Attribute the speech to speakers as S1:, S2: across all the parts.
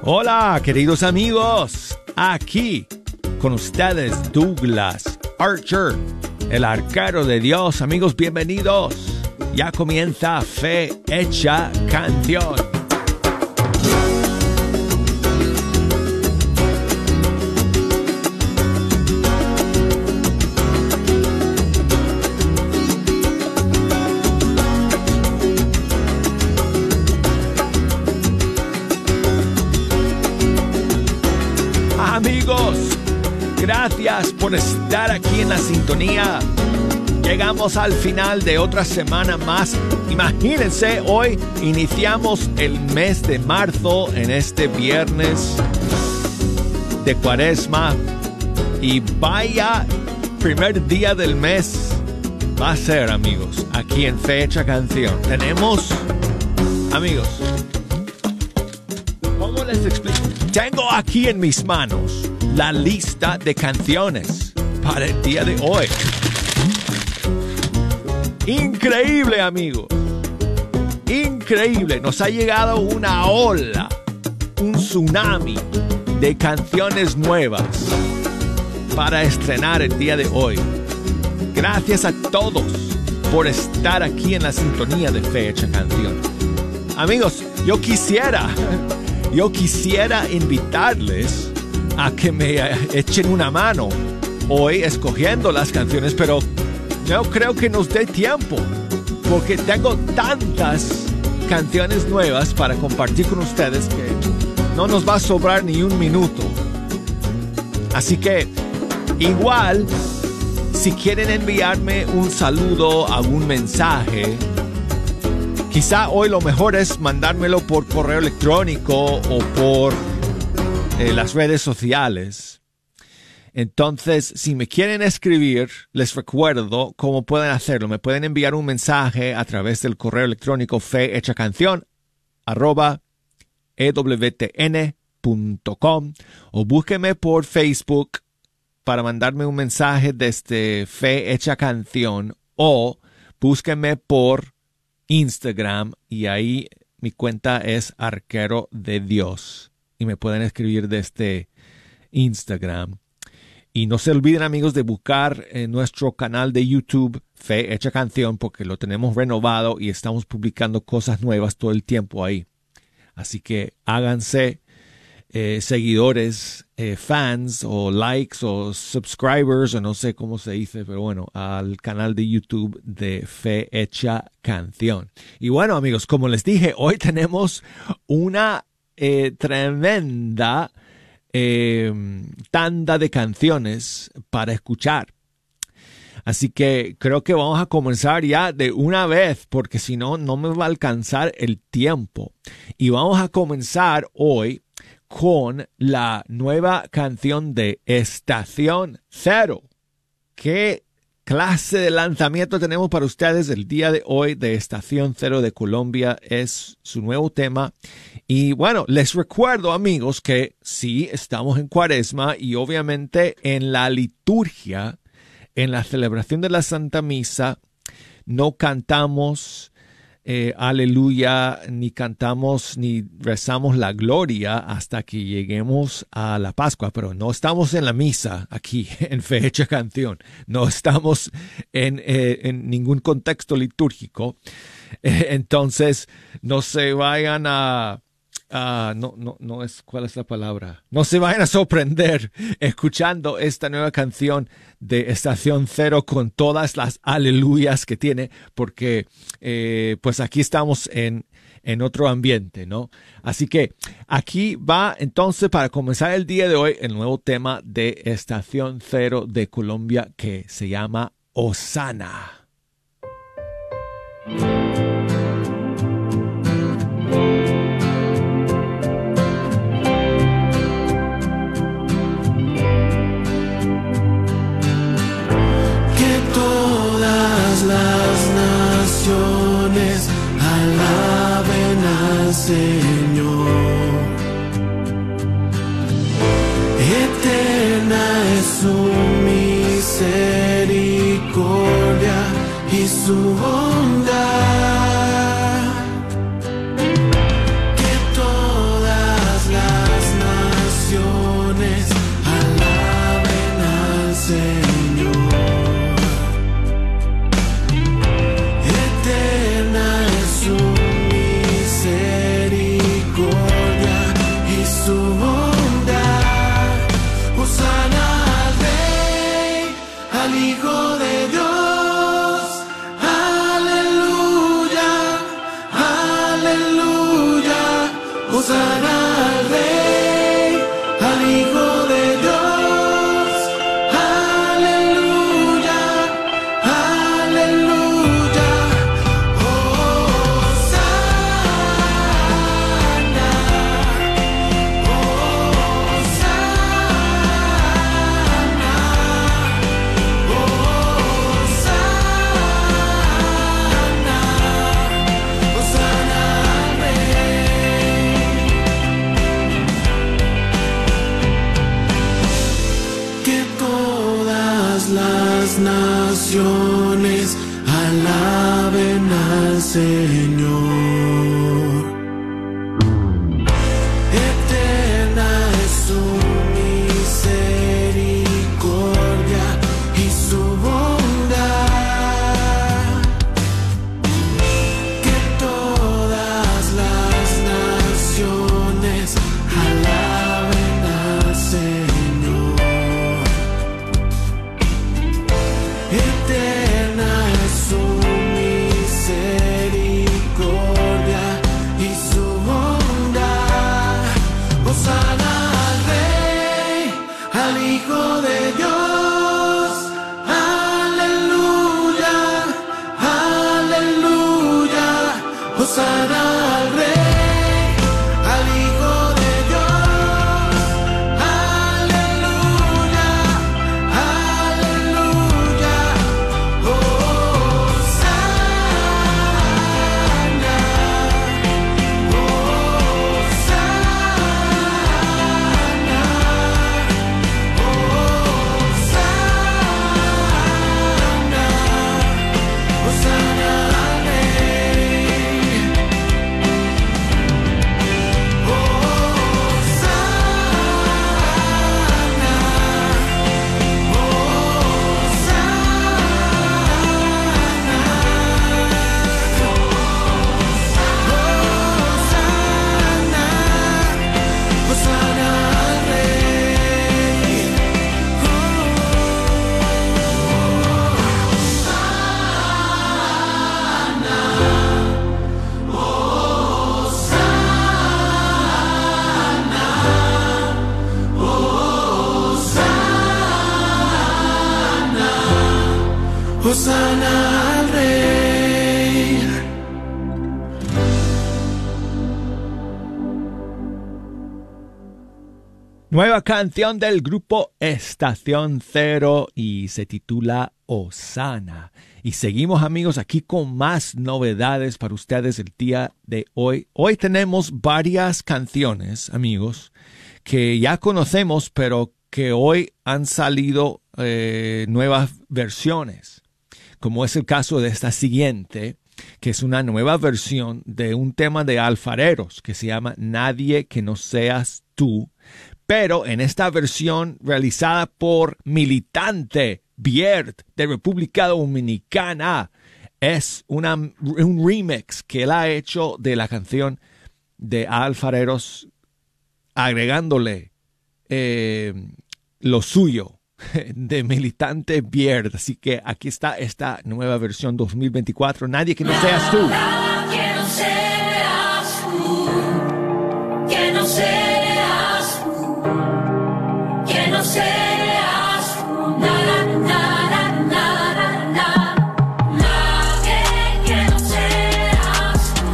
S1: Hola, queridos amigos. Aquí con ustedes Douglas Archer, el arquero de Dios. Amigos, bienvenidos. Ya comienza Fe Hecha Canción. Amigos, gracias por estar aquí en la sintonía. Llegamos al final de otra semana más. Imagínense, hoy iniciamos el mes de marzo en este viernes de Cuaresma. Y vaya primer día del mes va a ser, amigos, aquí en Fe Hecha Canción. Tenemos, amigos, ¿cómo les explico? Tengo aquí en mis manos la lista de canciones para el día de hoy. Increíble, amigos. Increíble. Nos ha llegado una ola, un tsunami de canciones nuevas para estrenar el día de hoy. Gracias a todos por estar aquí en la sintonía de Fe Hecha Canción. Amigos, yo quisiera invitarles a que me echen una mano hoy escogiendo las canciones, pero no creo que nos dé tiempo, porque tengo tantas canciones nuevas para compartir con ustedes que no nos va a sobrar ni un minuto. Así que, igual, si quieren enviarme un saludo, algún mensaje, quizá hoy lo mejor es mandármelo por correo electrónico o por las redes sociales. Entonces, si me quieren escribir, les recuerdo cómo pueden hacerlo. Me pueden enviar un mensaje a través del correo electrónico fehechacancion@ewtn.com o búsquenme por Facebook para mandarme un mensaje desde Fe Hecha Canción, o búsquenme por Instagram y ahí mi cuenta es Arquero de Dios y me pueden escribir desde Instagram. Y no se olviden, amigos, de buscar en nuestro canal de YouTube Fe Hecha Canción, porque lo tenemos renovado y estamos publicando cosas nuevas todo el tiempo ahí. Así que háganse seguidores, fans o likes o subscribers, o no sé cómo se dice, pero bueno, al canal de YouTube de Fe Hecha Canción. Y bueno, amigos, como les dije, hoy tenemos una tremenda tanda de canciones para escuchar. Así que creo que vamos a comenzar ya de una vez, porque si no, no me va a alcanzar el tiempo. Y vamos a comenzar hoy con la nueva canción de Estación Cero. ¿Qué clase de lanzamiento tenemos para ustedes el día de hoy de Estación Cero de Colombia? Es su nuevo tema. Y bueno, les recuerdo, amigos, que sí, estamos en Cuaresma y obviamente en la liturgia, en la celebración de la Santa Misa, no cantamos aleluya, ni cantamos, ni rezamos la gloria hasta que lleguemos a la Pascua. Pero no estamos en la misa aquí en Fe Hecha Canción. No estamos en ningún contexto litúrgico. Entonces, no se vayan no es, ¿cuál es la palabra? No se vayan a sorprender escuchando esta nueva canción de Estación Cero con todas las aleluyas que tiene, porque pues aquí estamos en otro ambiente, ¿no? Así que aquí va entonces, para comenzar el día de hoy, el nuevo tema de Estación Cero de Colombia, que se llama Hosana.
S2: Las naciones alaben al Señor. Eterna es su misericordia y su bondad. Que todas las las naciones alaben al Señor. Eterna es su misericordia y su bondad, que todas las naciones alaben al Señor. Eterna es su misericordia y su bondad. Hosana al Rey, al Hijo de Dios. Aleluya, aleluya. Hosana al Rey, al Hijo de Dios. Aleluya, aleluya. Hosana, Hosana, al Rey. Hosana al Rey. Hosana al Rey.
S1: Nueva canción del grupo Estación Cero y se titula Hosana. Y seguimos, amigos, aquí con más novedades para ustedes el día de hoy. Hoy tenemos varias canciones, amigos, que ya conocemos, pero que hoy han salido nuevas versiones, como es el caso de esta siguiente, que es una nueva versión de un tema de Alfareros que se llama Nadie que no seas tú, pero en esta versión realizada por Militante Bierd de República Dominicana. Es un remix que él ha hecho de la canción de Alfareros, agregándole lo suyo de Militante Bierd. Así que aquí está esta nueva versión 2024, Nadie que no seas tú.
S3: Nada que no seas tú, que no seas tú, que no seas tú, nada, nada, nada, nada. Nadie que no seas tú,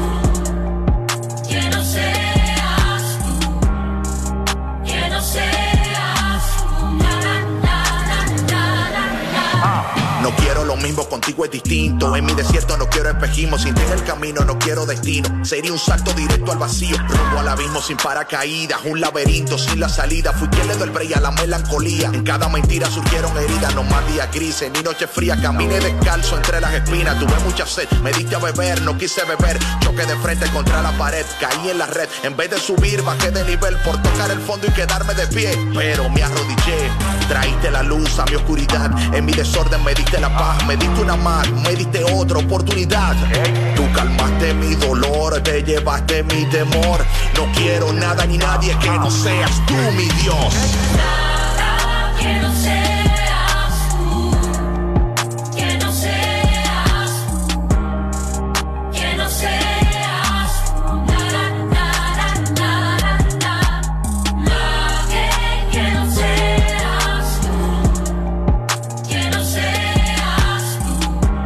S3: que no seas tú, que no seas tú, nada, nada, nada, nada.
S4: No quiero lo mismo, contigo es distinto. En mi desierto no quiero espejismo. Sin ti en el camino no quiero destino. Sería un salto directo al vacío, rumbo al abismo sin paracaídas. Un laberinto sin la salida. Fui quien le dio el break a la melancolía. En cada mentira surgieron heridas. No más días grises ni noches frías. Caminé descalzo entre las espinas. Tuve mucha sed, me diste a beber. No quise beber, choqué de frente contra la pared. Caí en la red, en vez de subir bajé de nivel. Por tocar el fondo y quedarme de pie, pero me arrodillé. Traíste la luz a mi oscuridad. En mi desorden me diste la paz. Me diste una más, me diste otra oportunidad. Tú calmaste mi dolor, te llevaste mi temor. No quiero nada ni nadie que no seas tú, mi Dios.
S3: Nada que no seas tú, que no seas tú, que no seas tú, nada, nada, nada, nada. Nadie que no seas tú, que no seas tú,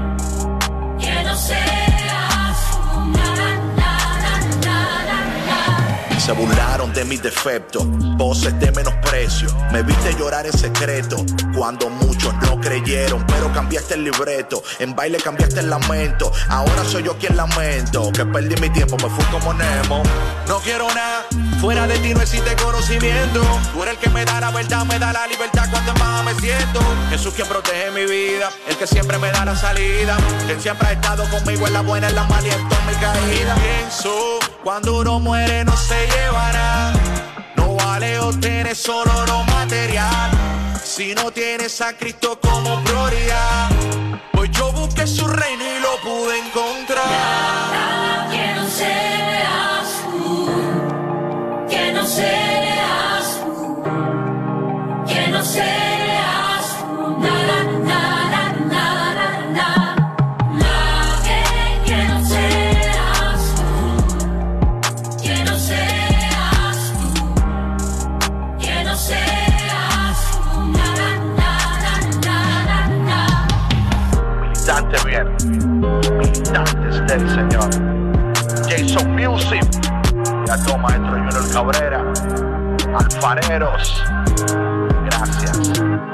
S3: que no seas tú, nada, nada, nada, nada.
S4: Se burlaron de mis defectos, voces de menosprecio. Me viste llorar en secreto cuando muchos no creyeron, pero cambiaste el libreto. En baile cambiaste el lamento. Ahora soy yo quien lamento que perdí mi tiempo, me fui como Nemo. No quiero nada, fuera de ti no existe conocimiento. Tú eres el que me da la verdad, me da la libertad cuando en baja me siento. Jesús Jesús quien protege mi vida, el que siempre me da la salida, quien siempre ha estado conmigo en la buena, en la mala y en toda mi caída. Pienso, cuando uno muere no se llevará, no vale obtener solo lo material, si no tienes a Cristo como prioridad. Pues yo busqué su reino y lo pude encontrar.
S3: Nada que no seas tú, que no seas tú, que no seas tú, nada, nada, nada, nada. Nadie que no seas tú, que no seas tú, que no seas tú, nada, nada, nada, nada.
S4: Militante bien, militantes del Señor. Jason Music, ya toma maestro Junior Cabrera, alfareros, gracias.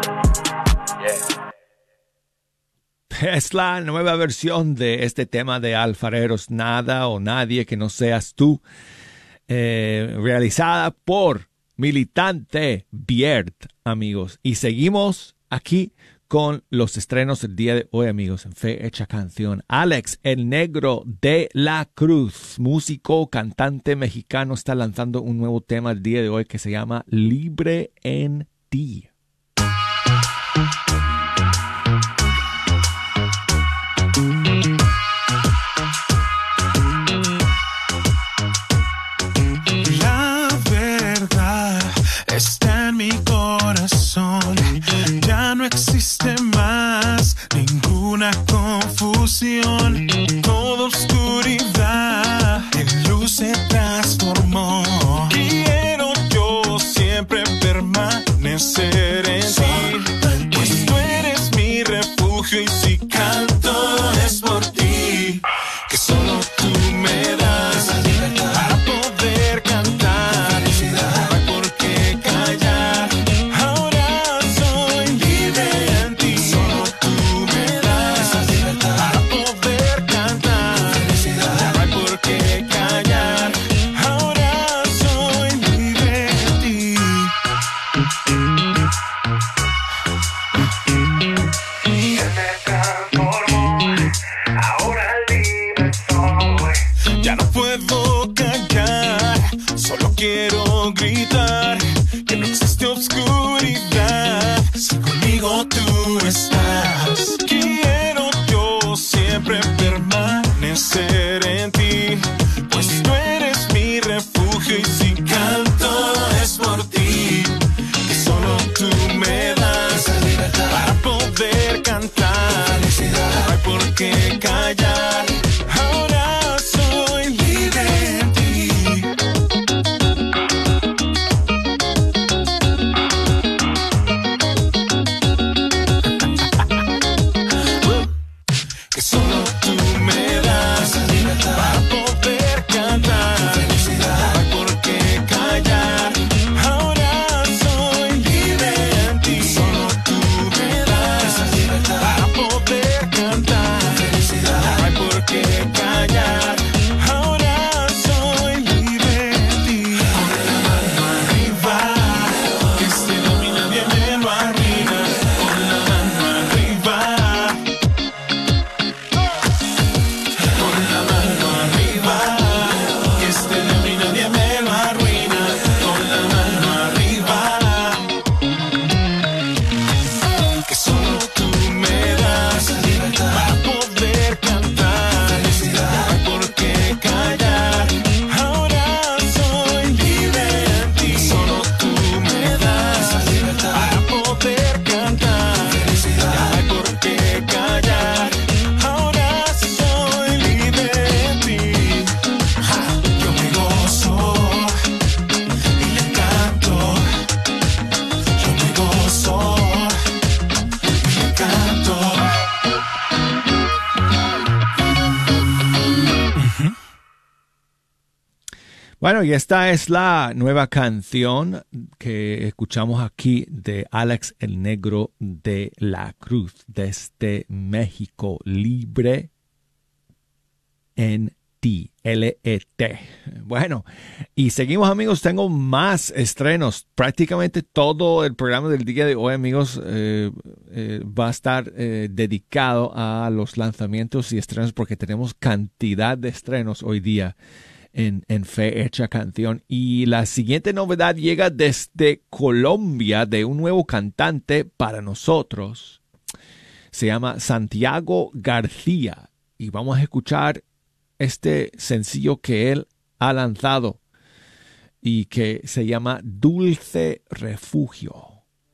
S4: Yeah.
S1: Es la nueva versión de este tema de Alfareros, Nada o Nadie que no seas tú, realizada por Militante Biert, amigos. Y seguimos aquí con los estrenos del día de hoy, amigos, en Fe Hecha Canción. Alex, el Negro de la Cruz, músico, cantante mexicano, está lanzando un nuevo tema el día de hoy que se llama Libre en Ti.
S2: La verdad está en mi corazón. Ya no existe más ninguna confusión. Toda oscuridad en luz se transformó. Quiero yo siempre permanecer en ti, pues tú eres mi refugio y si canto es por ti, que solo tú me das para poder cantar. No hay por qué callar. Ahora soy libre en ti. Solo tú me das para poder cantar. No hay por qué callar. Ahora soy libre en ti. Él me transformó. Ahora libre soy. Ya no puedo callar, solo quiero gritar que no existe oscuridad si conmigo tú estás. Quiero yo siempre permanecer en ti, pues tú eres mi refugio y si canto es por ti, que solo tú me das para poder cantar. No hay por qué callar. Ahora soy libre en ti. Que solo tú me das para poder cantar. No hay por qué callar. Ahora soy libre en ti. Solo tú me das para poder cantar. No hay por qué callar. Ahora soy libre en ti. Con la mano arriba, que este dominio nadie me lo arruina. Con la mano arriba. Con la mano arriba, que este dominio nadie me lo arruina. Con la mano arriba, que solo tú me das para poder cantar. No hay por qué callar. Ahora soy libre en ti. Solo tú me das para poder cantar. No hay por qué callar. Ahora soy libre en ti. Yo me gozo y le canto. Yo me gozo y le canto.
S1: Bueno, y esta es la nueva canción que escuchamos aquí de Alex el Negro de la Cruz desde México, Libre en L-E-T. L-E-T. Bueno, y seguimos, amigos. Tengo más estrenos. Prácticamente todo el programa del día de hoy, amigos, va a estar dedicado a los lanzamientos y estrenos porque tenemos cantidad de estrenos hoy día en Fe Hecha Canción. Y la siguiente novedad llega desde Colombia de un nuevo cantante para nosotros. Se llama Santiago García y vamos a escuchar este sencillo que él ha lanzado y que se llama Dulce Refugio.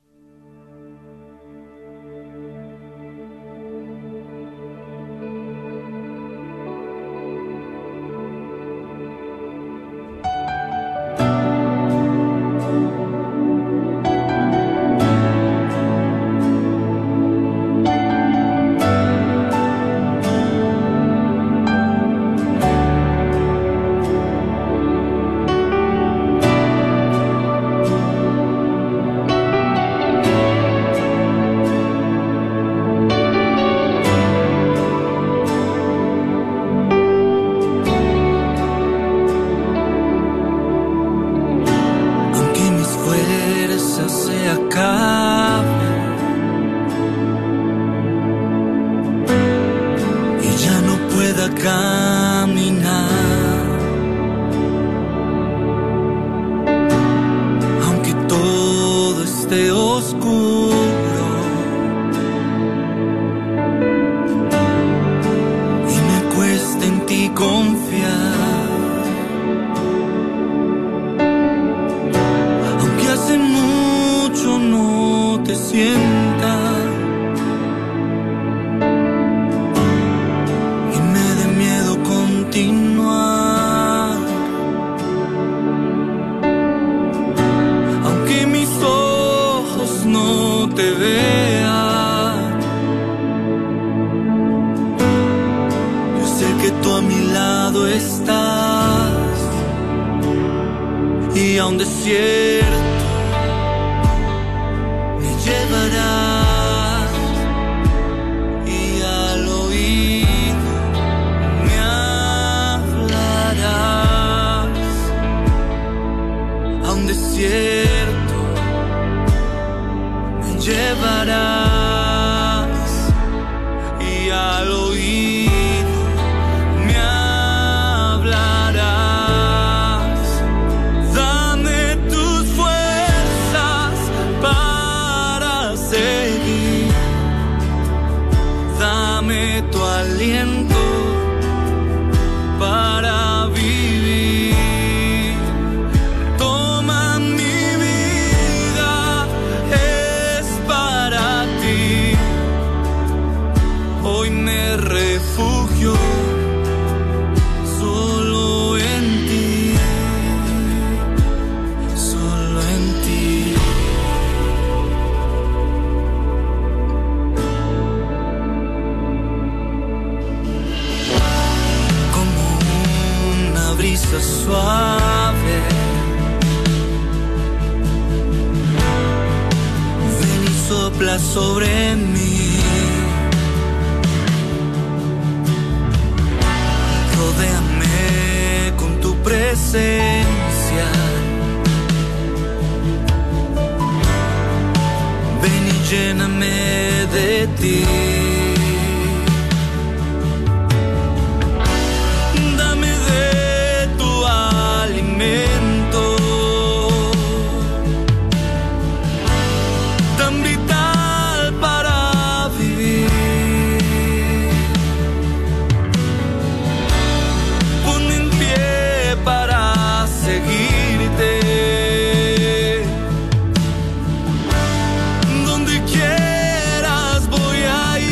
S2: Suave, ven y sopla sobre mí, rodéame con tu presencia, ven y lléname de ti. Tan vital para vivir, ponme en pie para seguirte, donde quieras voy a ir.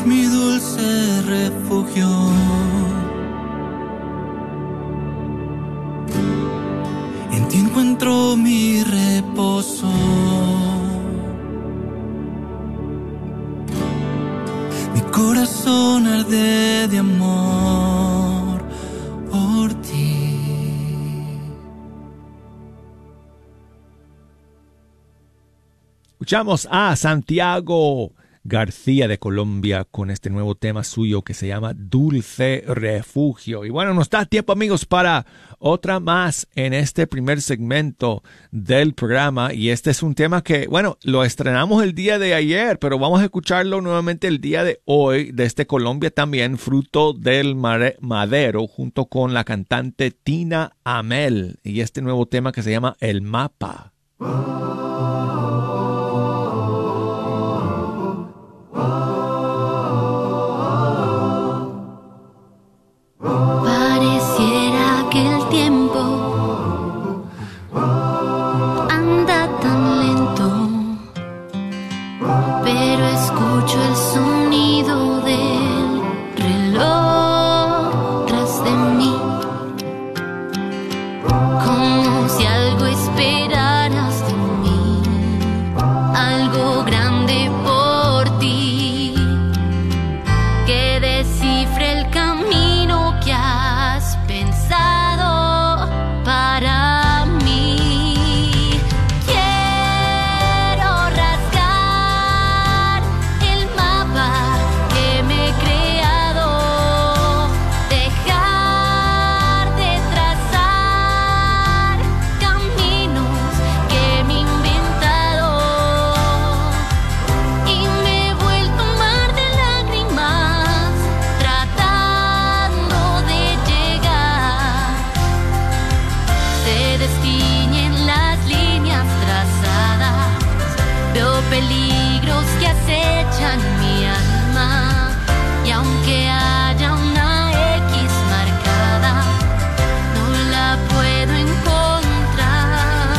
S5: es mi dulce refugio. En ti encuentro mi reposo. Mi corazón arde de amor por ti.
S1: Escuchamos a Santiago García de Colombia con este nuevo tema suyo que se llama Dulce Refugio. Y bueno, nos da tiempo, amigos, para otra más en este primer segmento del programa. Y este es un tema que, bueno, lo estrenamos el día de ayer, pero vamos a escucharlo nuevamente el día de hoy, desde Colombia también, Fruto del Madero, junto con la cantante Tina Amel. Y este nuevo tema que se llama El Mapa.
S6: Pareciera que el tiempo anda tan lento, pero escucho el sonido del reloj tras de mí, como si algo esperaras de mí, algo grande por ti, que descifre el camino que has pensado para mí. Quiero rasgar el mapa que me he creado, dejar de trazar caminos que me he inventado, y me he vuelto un mar de lágrimas tratando de llegar. Se destiñen las líneas trazadas, veo peligros que acechan mi alma, y aunque haya una X marcada, no la puedo encontrar.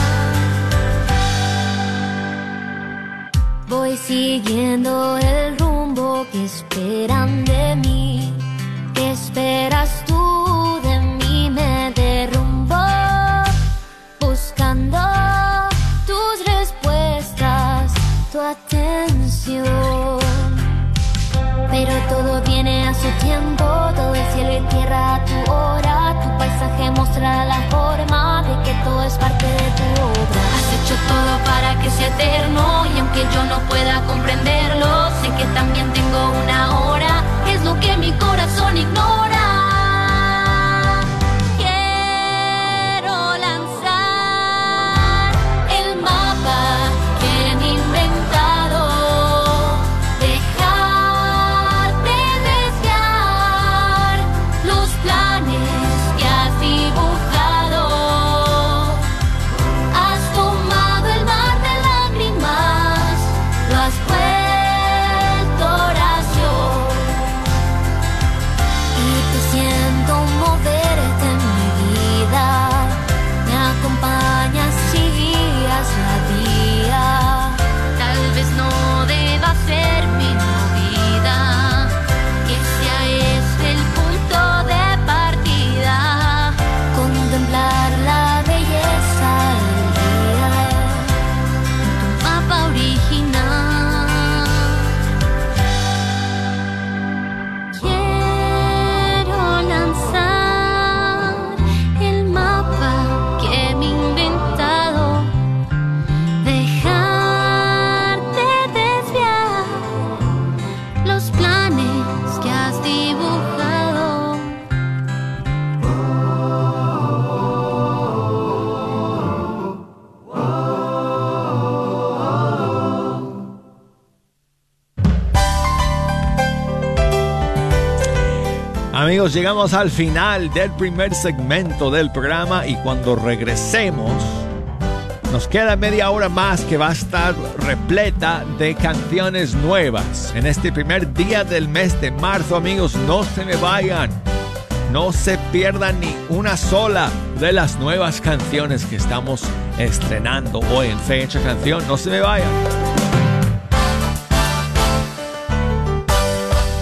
S6: Voy siguiendo el rumbo que esperan de mí. ¿Qué esperas tú de mí? Me derrumbo buscando tus respuestas, tu atención. Pero todo viene a su tiempo, todo el cielo y tierra a tu hora. Tu paisaje mostrará la forma de que todo es parte de tu obra. Has hecho todo para que sea eterno, y aunque yo no pueda comprenderlo, sé que también tengo una hora. Es lo que mi corazón ignora. Quiero lanzar el mapa que me he inventado, dejar de desviar los planes que has dibujado. Has tomado el mar de lágrimas, lo has vuelto oración, y te siento moverte en mi vida. Me acompañas y guías la vía. Tal vez no deba ser mi movida, que sea este el punto de partida. Contemplar la belleza del día en tu mapa original. Quiero lanzar el mapa que me he inventado, dejar de desviar los planes que has dibujado.
S1: Amigos, llegamos al final del primer segmento del programa, y cuando regresemos nos queda media hora más que va a estar repleta de canciones nuevas. En este primer día del mes de marzo, amigos, no se me vayan. No se pierdan ni una sola de las nuevas canciones que estamos estrenando hoy en Fecha Canción. No se me vayan.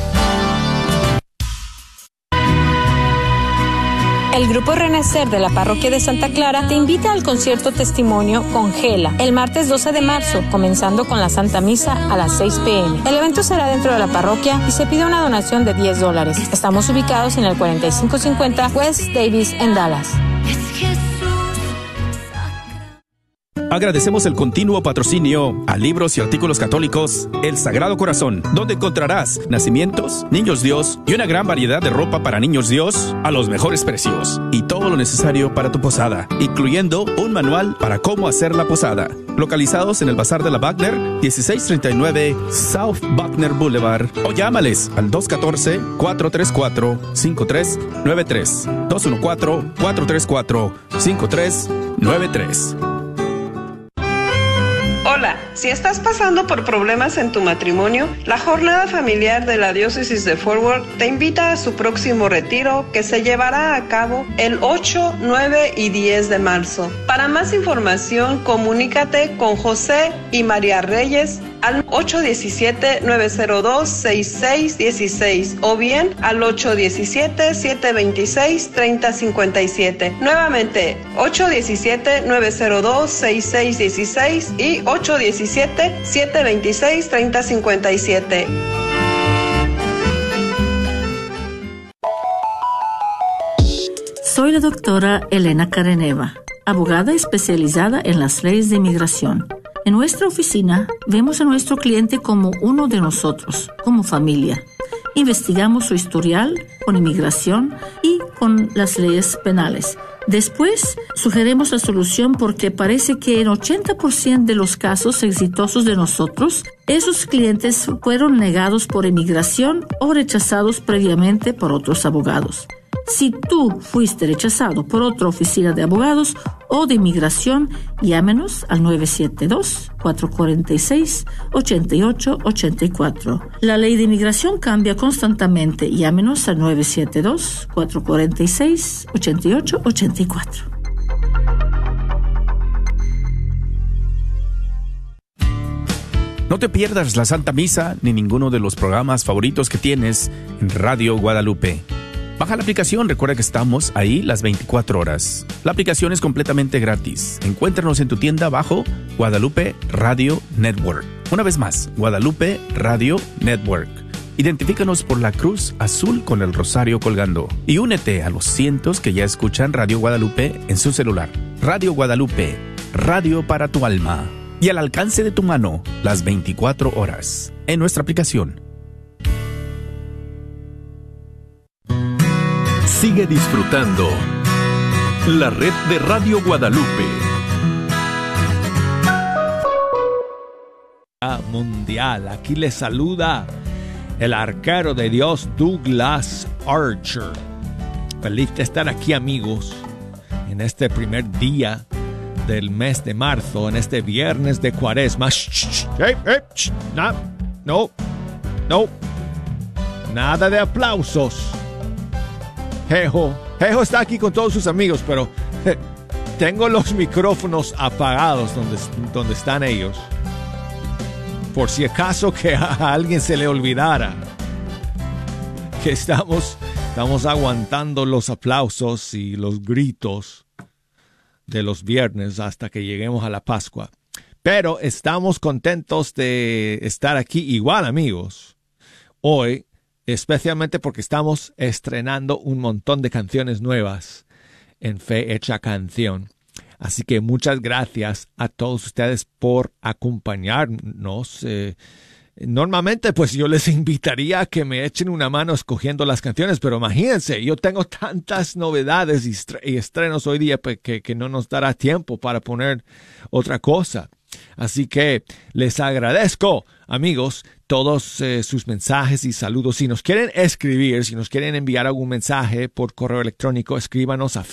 S7: El Grupo Renacer de la Parroquia de Santa Clara te invita al concierto testimonio con Gela el martes 12 de marzo, comenzando con la Santa Misa a las 6 p.m. El evento será dentro de la parroquia y se pide una donación de $10. Estamos ubicados en el 4550 West Davis en Dallas.
S8: Agradecemos el continuo patrocinio a libros y artículos católicos El Sagrado Corazón, donde encontrarás nacimientos, niños Dios y una gran variedad de ropa para niños Dios a los mejores precios y todo lo necesario para tu posada, incluyendo un manual para cómo hacer la posada. Localizados en el Bazar de la Wagner, 1639 South Wagner Boulevard, o llámales al 214-434-5393, 214-434-5393.
S9: Hola, si estás pasando por problemas en tu matrimonio, la Jornada Familiar de la Diócesis de Fort Worth te invita a su próximo retiro que se llevará a cabo el 8, 9 y 10 de marzo. Para más información, comunícate con José y María Reyes al 817-902-6616 o bien al 817-726-3057. Nuevamente, 817-902-6616 y 817-726-3057.
S10: Soy la doctora Elena Careneva, abogada especializada en las leyes de inmigración. En nuestra oficina vemos a nuestro cliente como uno de nosotros, como familia. Investigamos su historial con inmigración y con las leyes penales. Después, sugerimos la solución porque parece que en 80% de los casos exitosos de nosotros, esos clientes fueron negados por inmigración o rechazados previamente por otros abogados. Si tú fuiste rechazado por otra oficina de abogados o de inmigración, llámenos al 972-446-8884. La ley de inmigración cambia constantemente. Llámenos al 972-446-8884.
S8: No te pierdas la Santa Misa ni ninguno de los programas favoritos que tienes en Radio Guadalupe. Baja la aplicación, recuerda que estamos ahí las 24 horas. La aplicación es completamente gratis. Encuéntranos en tu tienda bajo Guadalupe Radio Network. Una vez más, Guadalupe Radio Network. Identifícanos por la cruz azul con el rosario colgando. Y únete a los cientos que ya escuchan Radio Guadalupe en su celular. Radio Guadalupe, radio para tu alma. Y al alcance de tu mano, las 24 horas. En nuestra aplicación.
S11: Sigue disfrutando la red de Radio Guadalupe.
S1: Mundial. Aquí les saluda el arquero de Dios, Douglas Archer. Feliz de estar aquí, amigos, en este primer día del mes de marzo, en este viernes de Cuaresma. No. Nada de aplausos. Jejo está aquí con todos sus amigos, pero tengo los micrófonos apagados donde están ellos. Por si acaso que a alguien se le olvidara que estamos aguantando los aplausos y los gritos de los viernes hasta que lleguemos a la Pascua. Pero estamos contentos de estar aquí igual, amigos, hoy. Especialmente porque estamos estrenando un montón de canciones nuevas en Fe Hecha Canción. Así que muchas gracias a todos ustedes por acompañarnos. Normalmente pues yo les invitaría a que me echen una mano escogiendo las canciones, pero imagínense, yo tengo tantas novedades y estrenos hoy día que no nos dará tiempo para poner otra cosa. Así que les agradezco, amigos, todos sus mensajes y saludos. Si nos quieren escribir, si nos quieren enviar algún mensaje por correo electrónico, escríbanos a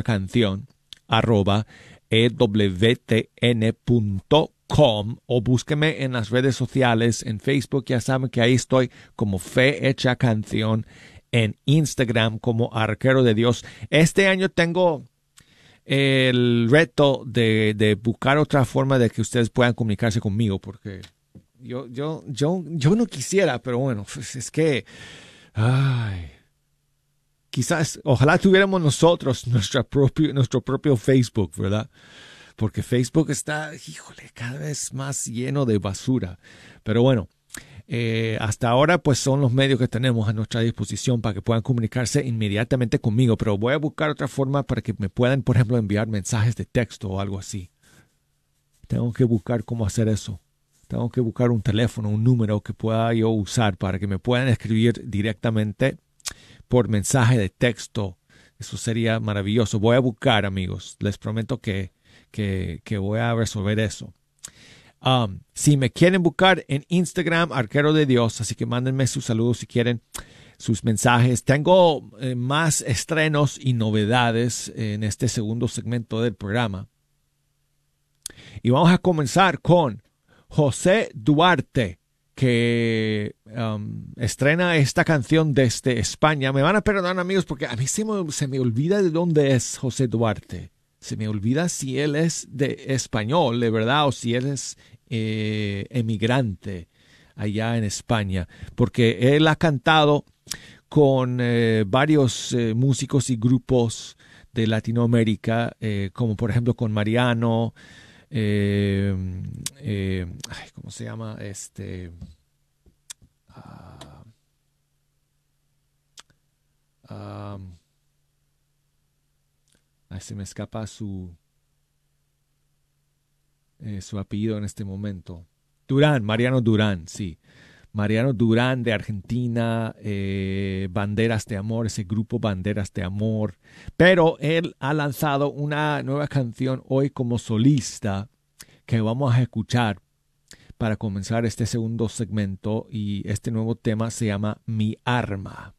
S1: fehechacancion@ewtn.com o búsqueme en las redes sociales, en Facebook, ya saben que ahí estoy como Fe Hecha Canción, en Instagram como Arquero de Dios. Este año tengo el reto de buscar otra forma de que ustedes puedan comunicarse conmigo, porque yo no quisiera, pero bueno, pues es que quizás, ojalá tuviéramos nosotros nuestro propio Facebook, ¿verdad? Porque Facebook está, híjole, cada vez más lleno de basura. Pero bueno, hasta ahora pues son los medios que tenemos a nuestra disposición para que puedan comunicarse inmediatamente conmigo. Pero voy a buscar otra forma para que me puedan, por ejemplo, enviar mensajes de texto o algo así. Tengo que buscar cómo hacer eso. Tengo que buscar un teléfono, un número que pueda yo usar para que me puedan escribir directamente por mensaje de texto. Eso sería maravilloso. Voy a buscar, amigos. Les prometo que voy a resolver eso. Si me quieren buscar en Instagram, Arquero de Dios, así que mándenme sus saludos si quieren, sus mensajes. Tengo más estrenos y novedades en este segundo segmento del programa. Y vamos a comenzar con José Duarte, que estrena esta canción desde España. Me van a perdonar, amigos, porque a mí se me olvida de dónde es José Duarte. Se me olvida si él es de español, de verdad, o si él es emigrante allá en España, porque él ha cantado con varios músicos y grupos de Latinoamérica, como por ejemplo con Mariano, ¿cómo se llama? Se me escapa su apellido en este momento. Mariano Durán, sí. Mariano Durán de Argentina, Banderas de Amor, ese grupo Banderas de Amor. Pero él ha lanzado una nueva canción hoy como solista que vamos a escuchar para comenzar este segundo segmento, y este nuevo tema se llama Mi Arma.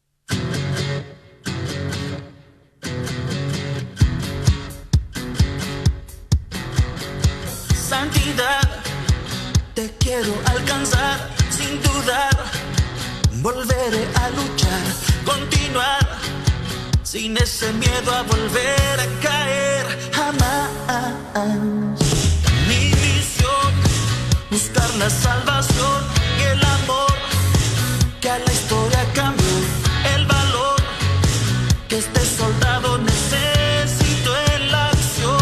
S5: Santidad, te quiero alcanzar sin dudar. Volveré a luchar, continuar, sin ese miedo a volver a caer jamás. Mi visión, buscar la salvación y el amor que a la historia cambió, el valor que este soldado necesitó en la acción.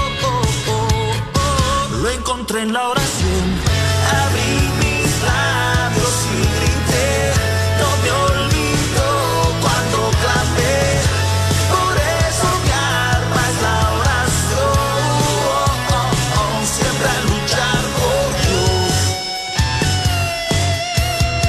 S5: Lo encontré en la oración, abrí mis labios y grité, no me olvido cuando clamé, por eso mi arma es la oración, siempre a luchar por Dios.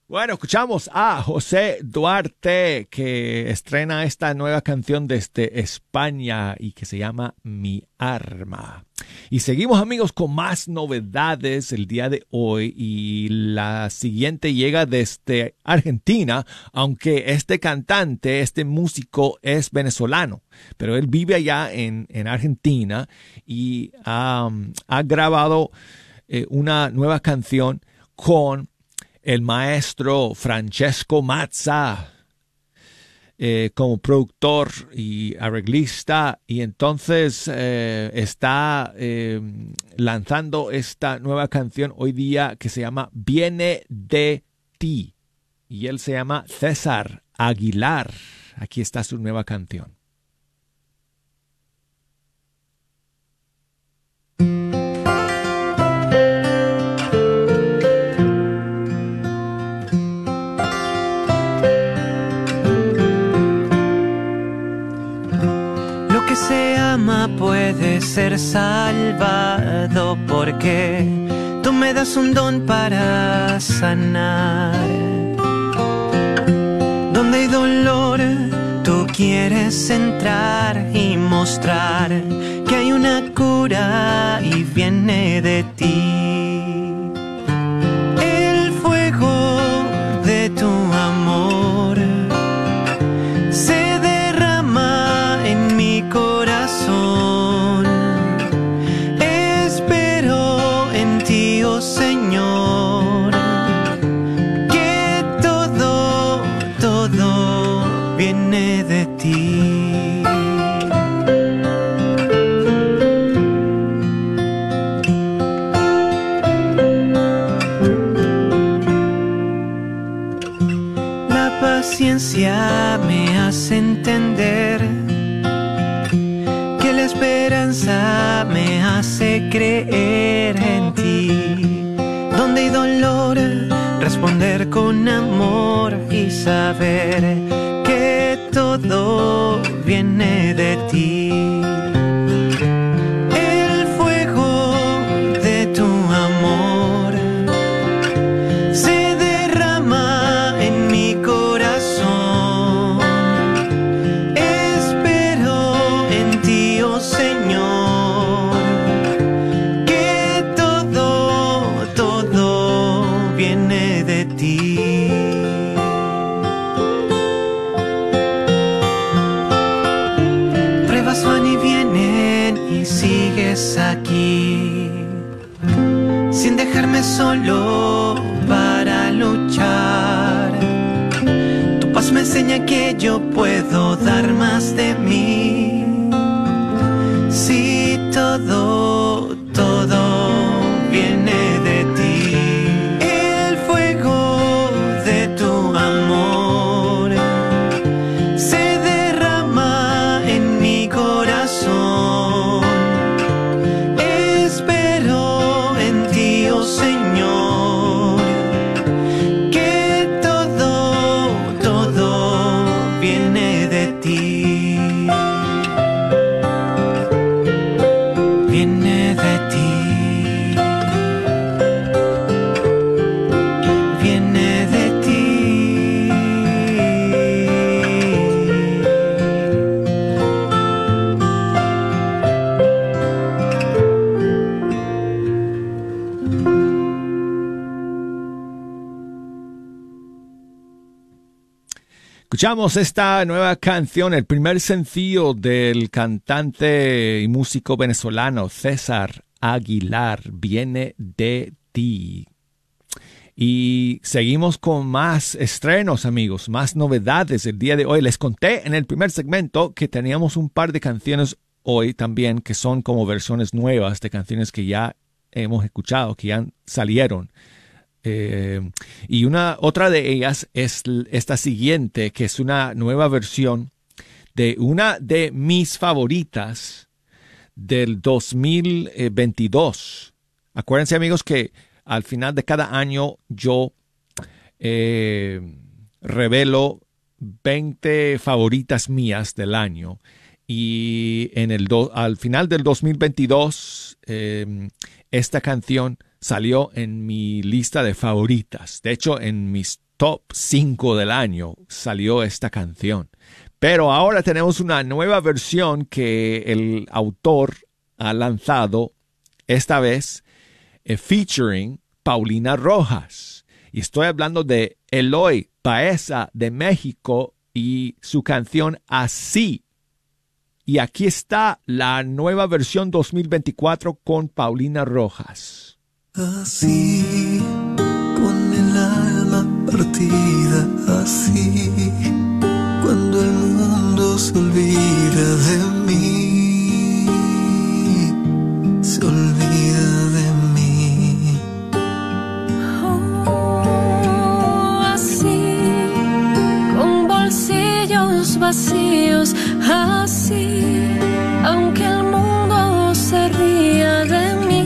S1: Bueno, escuchamos a José Duarte, que estrena esta nueva canción desde España y que se llama Mi Arma. Y seguimos, amigos, con más novedades el día de hoy, y la siguiente llega desde Argentina, aunque este cantante, este músico es venezolano, pero él vive allá en Argentina y ha grabado una nueva canción con el maestro Francesco Mazza como productor y arreglista, y entonces está lanzando esta nueva canción hoy día que se llama Viene de ti, y él se llama César Aguilar. Aquí está su nueva canción.
S12: Se ama puede ser salvado porque tú me das un don para sanar. Donde hay dolor, tú quieres entrar y mostrar que hay una cura y viene de ti. El fuego de tu amor se derrama en mi corazón. Espero en ti, oh Señor, que todo viene de ti. La paciencia me hace entender que la esperanza me hace creer en ti. Donde hay dolor, responder con amor y saber que todo viene de ti. El fuego de tu amor se derrama en mi corazón. Espero en ti, oh Señor, que todo viene de ti. Pruebas van y vienen y sigues aquí, sin dejarme solo para luchar. Tu paz me enseña que yo puedo dar más de mí. Si todo viene de ti. El fuego de tu amor se derrama en mi corazón. Espero en ti, oh Señor, que todo viene de ti. Viene de ti. Viene de ti.
S1: Escuchamos esta nueva canción, el primer sencillo del cantante y músico venezolano César Aguilar, Viene de ti. Y seguimos con más estrenos, amigos, más novedades el día de hoy. Les conté en el primer segmento que teníamos un par de canciones hoy también que son como versiones nuevas de canciones que ya hemos escuchado, que ya salieron. Y otra de ellas es esta siguiente, que es una nueva versión de una de mis favoritas del 2022. Acuérdense, amigos, que al final de cada año yo revelo 20 favoritas mías del año. Y al final del 2022, esta canción salió en mi lista de favoritas. De hecho, en mis top 5 del año salió esta canción. Pero ahora tenemos una nueva versión que el autor ha lanzado, esta vez featuring Paulina Rojas. Y estoy hablando de Eloy Baeza de México y su canción Así. Y aquí está la nueva versión 2024 con Paulina Rojas.
S2: Así, con el alma partida, así, cuando el mundo se olvida de mí, se olvida de mí.
S3: Oh, así, con bolsillos vacíos, así, aunque el mundo se ría de mí,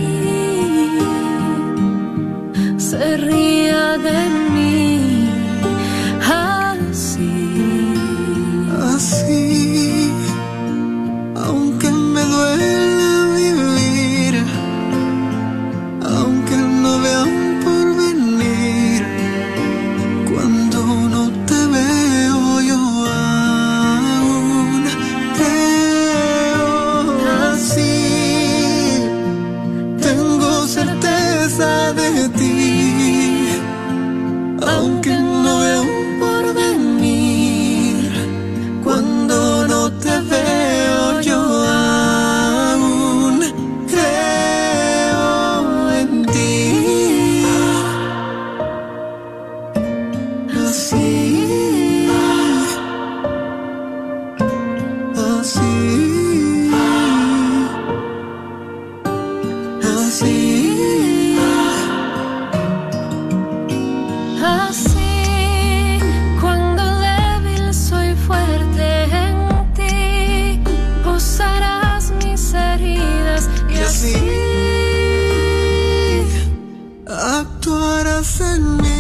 S3: se ría de mí, así,
S2: así, aunque me duela vivir, aunque no vea un porvenir, cuando no te veo yo aún creo. Así, tengo certeza de ti, aunque no veo un porvenir, cuando no te veo yo aún creo en ti. Así, así, así.
S3: así, cuando débil soy fuerte en ti, posarás mis heridas y
S2: así actuarás en mí.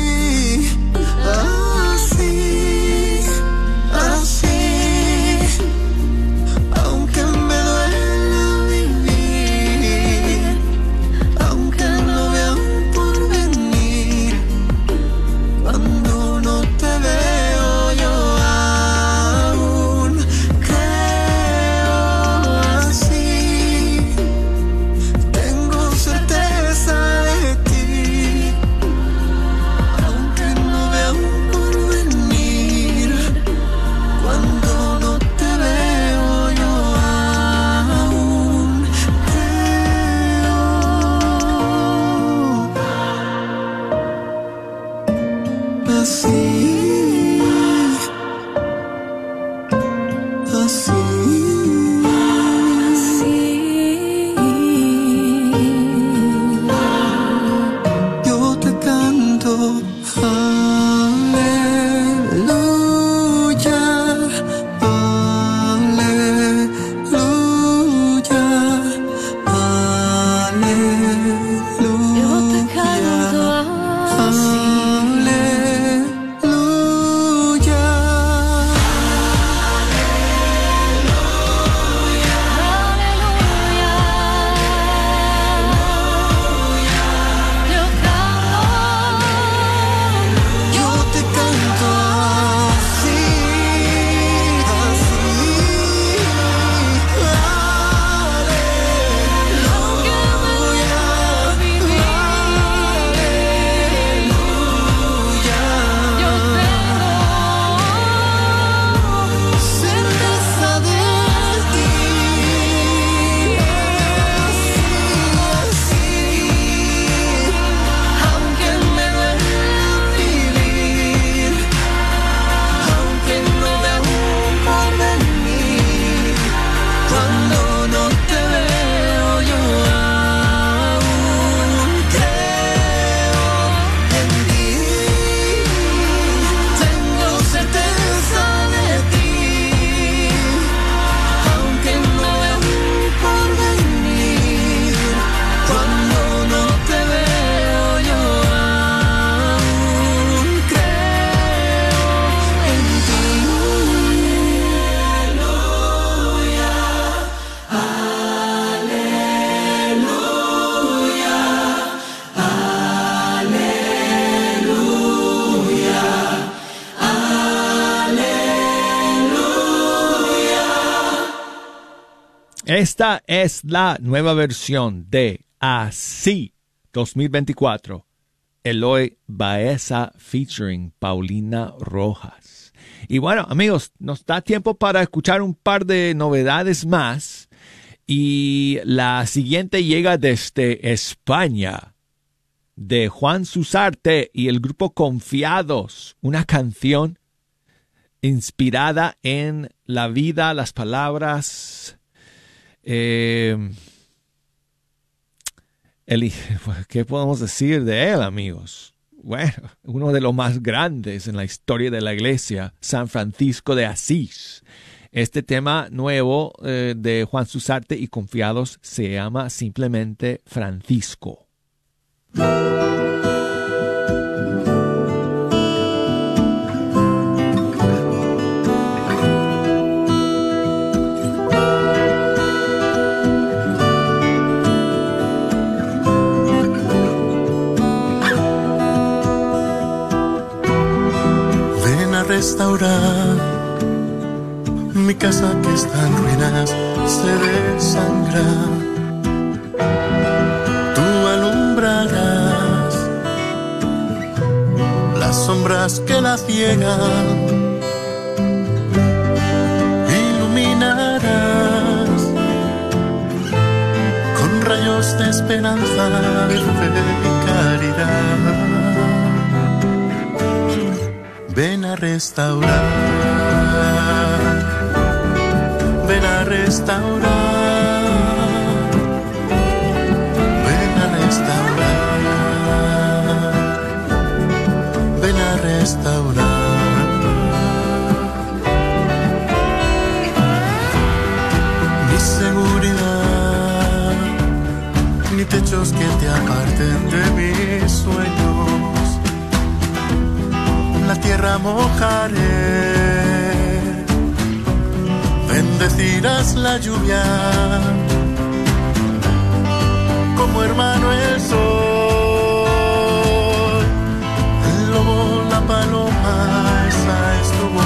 S2: Así, así, aunque me duela vivir, aunque no vea un porvenir, cuando no te veo yo aún creo. Así, tengo certeza de ti, aunque no vea un porvenir, cuando no te veo yo aún creo. Así, así, yo te canto aleluya, aleluya, aleluya.
S3: yo te canto así.
S2: Aleluya,
S1: Esta es la nueva versión de Así 2024. Eloy Baeza featuring Paulina Rojas. Y bueno, amigos, nos da tiempo para escuchar un par de novedades más. Y la siguiente llega desde España, de Juan Susarte y el grupo Confiados. Una canción inspirada en la vida, las palabras. ¿Qué podemos decir de él, amigos? Bueno, uno de los más grandes en la historia de la iglesia, San Francisco de Asís. Este tema nuevo de Juan Susarte y Confiados se llama simplemente Francisco.
S2: Restaurar mi casa que está en ruinas, se desangra. Tú alumbrarás las sombras que la ciegan, iluminarás con rayos de esperanza, de fe y caridad. Ven a restaurar, ven a restaurar, ven a restaurar, ven a restaurar. Ni seguridad, ni techos que te aparten de mis sueños. La tierra mojaré, bendecirás la lluvia, como hermano el sol, el lobo, la paloma, esa es tu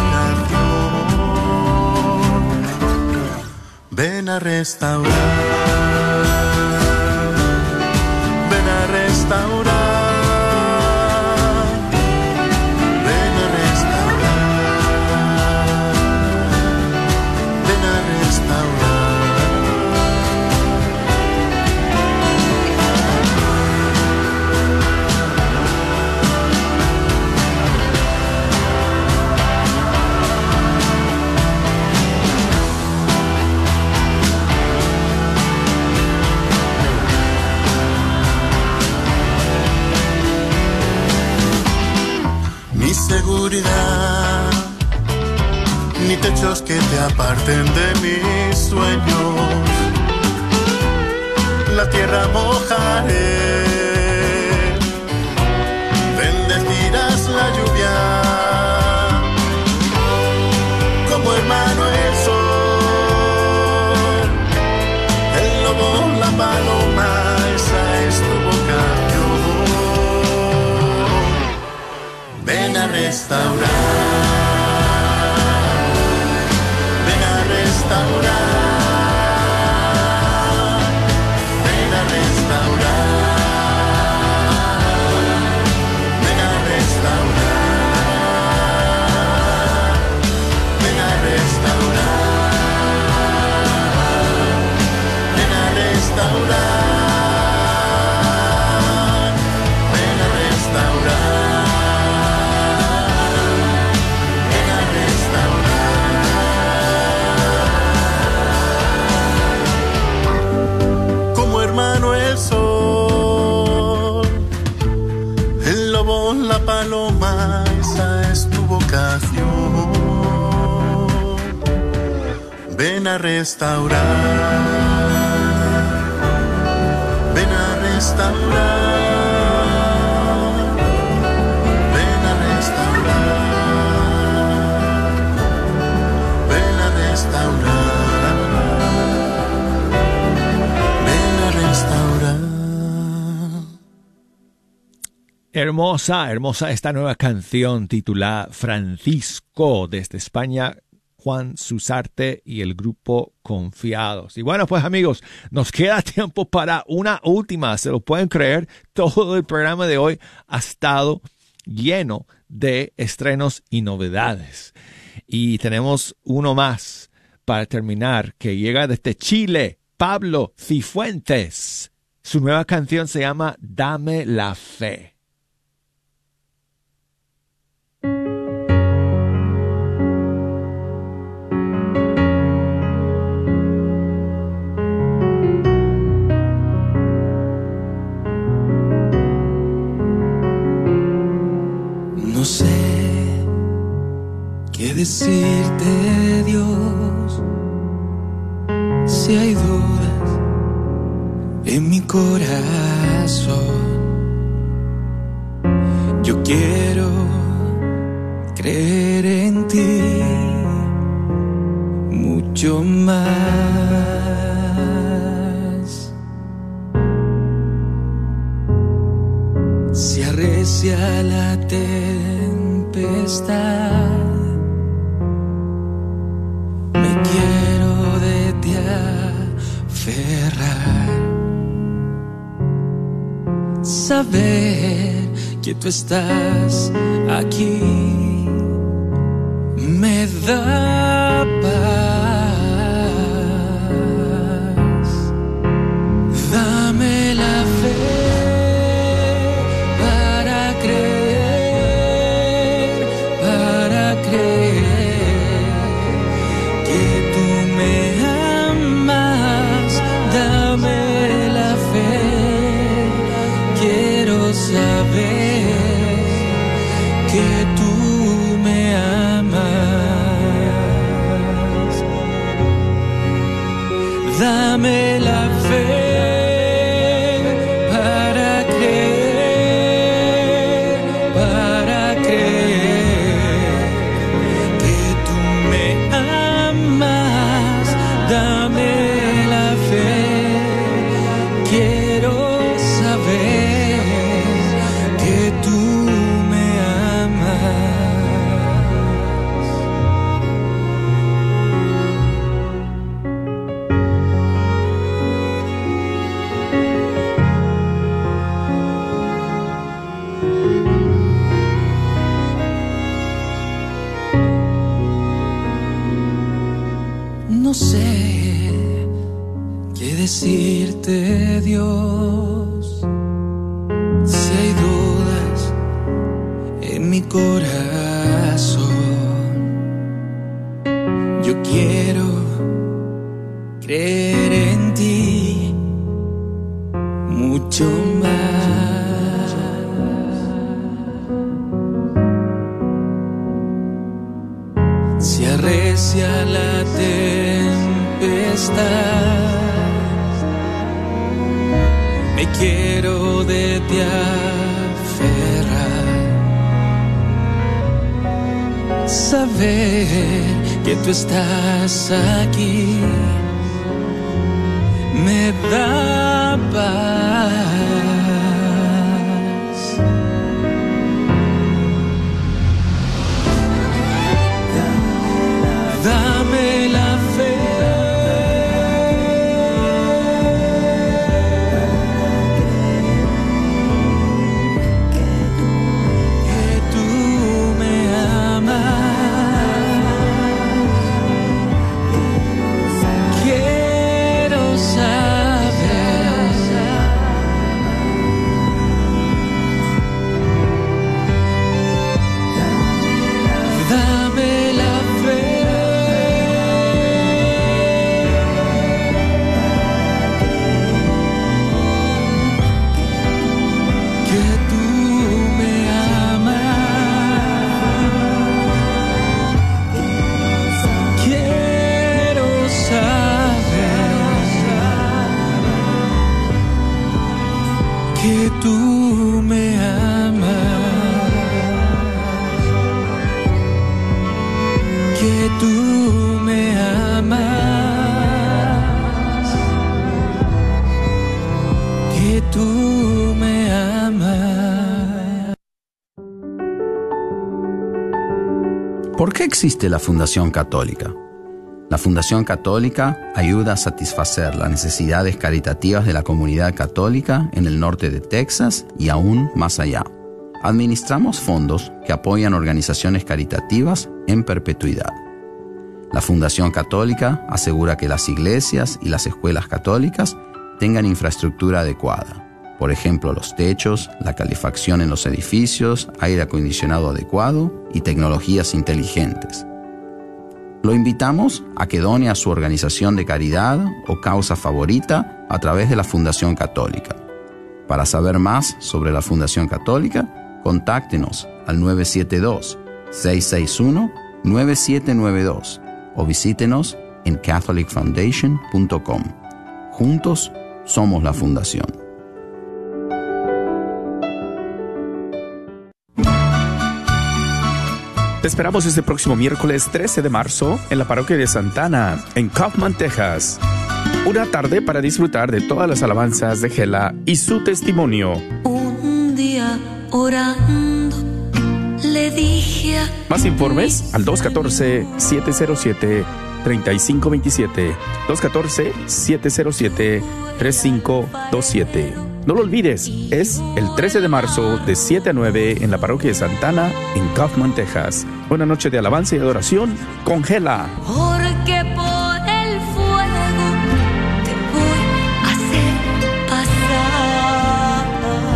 S2: vocación. Ven a restaurar, ven a restaurar. Seguridad, ni techos que te aparten de mis sueños. La tierra mojaré, bendecirás la lluvia, como hermano el sol, el lobo, la paloma, esa es tu vocación. Ven a restaurar, ven a restaurar, ven a restaurar, ven a restaurar, ven a restaurar, ven a restaurar, ven a restaurar. Paloma, esa es tu vocación. Ven a restaurar, ven a restaurar, ven a restaurar, ven a restaurar, ven a restaurar.
S1: Hermosa, hermosa esta nueva canción titulada Francisco desde España, Juan Susarte y el grupo Confiados. Y bueno, pues amigos, nos queda tiempo para una última. ¿Se lo pueden creer? Todo el programa de hoy ha estado lleno de estrenos y novedades. Y tenemos uno más para terminar, que llega desde Chile, Pablo Cifuentes. Su nueva canción se llama Dame la Fe.
S12: No sé qué decirte, Dios, si hay dudas en mi corazón. Yo quiero creer en ti mucho más. Si arrecia la tempestad, me quiero de ti aferrar. Saber que tú estás aquí me da paz. Dame la fe para creer que tú me amas. Dame la fe, quiero saber que tú me amas. Dame la fe para creer que tú me amas. Dame la fe, quiero saber que tú me No sé qué decirte, Dios, si hay dudas en mi corazón. Yo quiero creer en ti mucho más. Si arrecia la tempestad, me quiero de ti aferrar. Saber que tú estás aquí me da paz. Dame la fe, que tú me amas. Quiero saber
S13: ¿Por qué existe la Fundación Católica? La Fundación Católica ayuda a satisfacer las necesidades caritativas de la comunidad católica en el norte de Texas y aún más allá. Administramos fondos que apoyan organizaciones caritativas en perpetuidad. La Fundación Católica asegura que las iglesias y las escuelas católicas tengan infraestructura adecuada. Por ejemplo, los techos, la calefacción en los edificios, aire acondicionado adecuado y tecnologías inteligentes. Lo invitamos a que done a su organización de caridad o causa favorita a través de la Fundación Católica. Para saber más sobre la Fundación Católica, contáctenos al 972-661-9792 o visítenos en catholicfoundation.com. Juntos somos la Fundación.
S8: Te esperamos este próximo miércoles 13 de marzo en la parroquia de Santana, en Kaufman, Texas. Una tarde para disfrutar de todas las alabanzas de Gela y su testimonio.
S3: Un día orando le dije a...
S8: Más informes al 214-707-3527. 214-707-3527. No lo olvides, es el 13 de marzo de 7 a 9 en la parroquia de Santana, en Kaufman, Texas. Buena noche de alabanza y adoración con Gela.
S3: Porque por el fuego te voy a hacer pasar.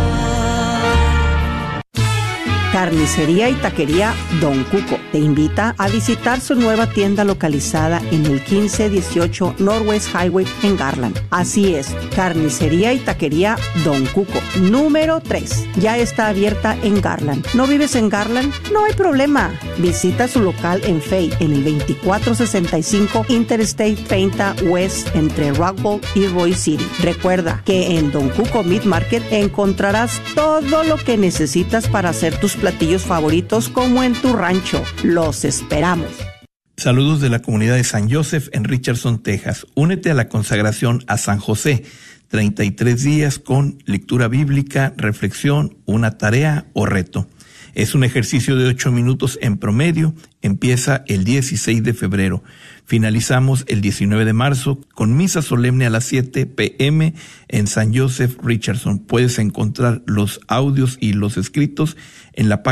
S14: Carnicería y Taquería Don Cuco te invita a visitar su nueva tienda localizada en el 1518 Northwest Highway en Garland. Así es, Carnicería y Taquería Don Cuco, número 3. Ya está abierta en Garland. ¿No vives en Garland? No hay problema. Visita su local en Fay, en el 2465 Interstate 30 West entre Rockville y Roy City. Recuerda que en Don Cuco Meat Market encontrarás todo lo que necesitas para hacer tus platillos favoritos como en tu rancho. Los esperamos.
S15: Saludos de la comunidad de San Joseph en Richardson, Texas. Únete a la consagración a San José. 33 días con lectura bíblica, reflexión, una tarea o reto. Es un ejercicio de 8 minutos en promedio. Empieza el 16 de febrero. Finalizamos el 19 de marzo con misa solemne a las 7 p.m. en San Joseph, Richardson. Puedes encontrar los audios y los escritos en la página